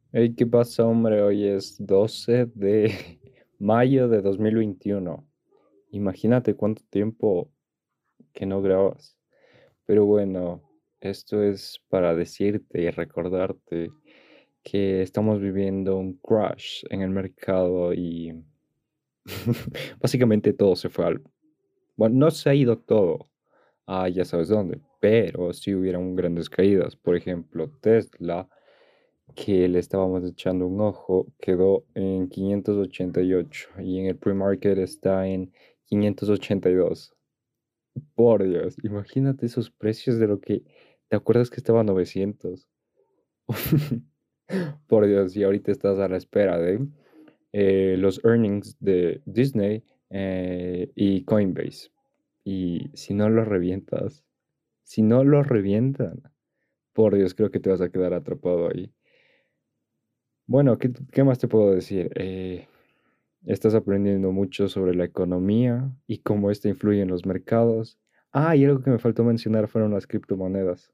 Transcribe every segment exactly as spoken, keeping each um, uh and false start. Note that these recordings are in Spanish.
Hey, ¿qué pasa, hombre? Hoy es doce de mayo de dos mil veintiuno. Imagínate cuánto tiempo que no grabas. Pero bueno, esto es para decirte y recordarte que estamos viviendo un crash en el mercado y básicamente todo se fue al... Bueno, no se ha ido todo a ya sabes dónde, pero sí hubieron grandes caídas. Por ejemplo, Tesla, que le estábamos echando un ojo, quedó en quinientos ochenta y ocho y en el pre-market está en quinientos ochenta y dos. Por Dios, imagínate esos precios de lo que... ¿Te acuerdas que estaba a novecientos? Por Dios, y ahorita estás a la espera de eh, los earnings de Disney eh, y Coinbase. Y si no los revientas, si no los revientan, por Dios, creo que te vas a quedar atrapado ahí. Bueno, ¿qué, qué más te puedo decir? Eh, estás aprendiendo mucho sobre la economía y cómo esta influye en los mercados. Ah, y algo que me faltó mencionar fueron las criptomonedas.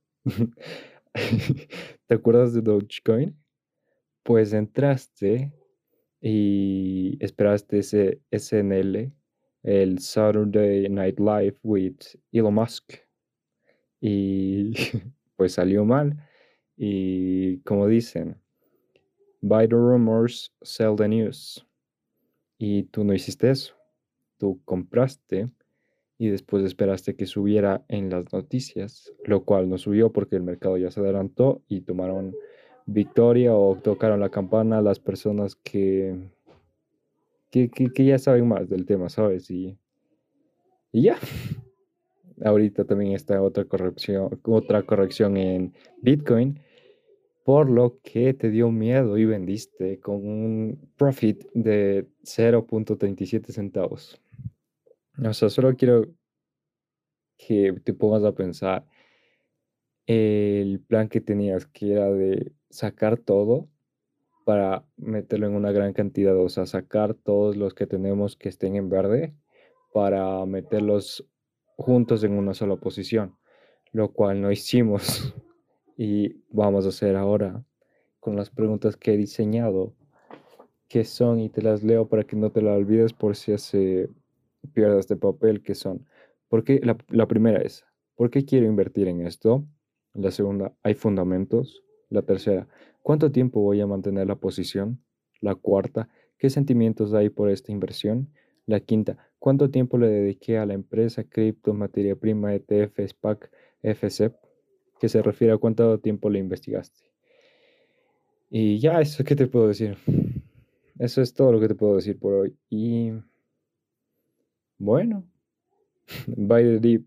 ¿Te acuerdas de Dogecoin? Pues entraste y esperaste ese S N L, el Saturday Night Live with Elon Musk, y pues salió mal. Y como dicen, buy the rumors, sell the news. Y tú no hiciste eso. Tú compraste y después esperaste que subiera en las noticias, lo cual no subió porque el mercado ya se adelantó y tomaron victoria o tocaron la campana las personas que, que, que- que ya saben más del tema, ¿sabes? Y, y ya, ahorita también está otra corrección, otra corrección en Bitcoin, por lo que te dio miedo y vendiste con un profit de cero punto treinta y siete centavos. O sea, solo quiero que te pongas a pensar el plan que tenías, que era de sacar todo para meterlo en una gran cantidad, o sea, sacar todos los que tenemos que estén en verde para meterlos juntos en una sola posición, lo cual no hicimos y vamos a hacer ahora con las preguntas que he diseñado, que son, y te las leo para que no te la olvides por si hace pierdas de papel, que son, ¿por qué? La, la primera es, ¿por qué quiero invertir en esto? La segunda, ¿hay fundamentos? La tercera, ¿cuánto tiempo voy a mantener la posición? La cuarta, ¿qué sentimientos hay por esta inversión? La quinta, ¿cuánto tiempo le dediqué a la empresa, cripto, materia prima, E T F, SPAC, F C, que se refiere a cuánto tiempo le investigaste? Y ya, eso, ¿qué te puedo decir? Eso es todo lo que te puedo decir por hoy. Y bueno, by the deep.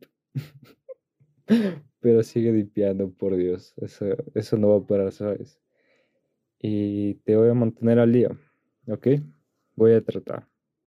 Pero sigue dipeando, por Dios. Eso, eso no va a parar, ¿sabes? Y te voy a mantener al día, ¿ok? Voy a tratar.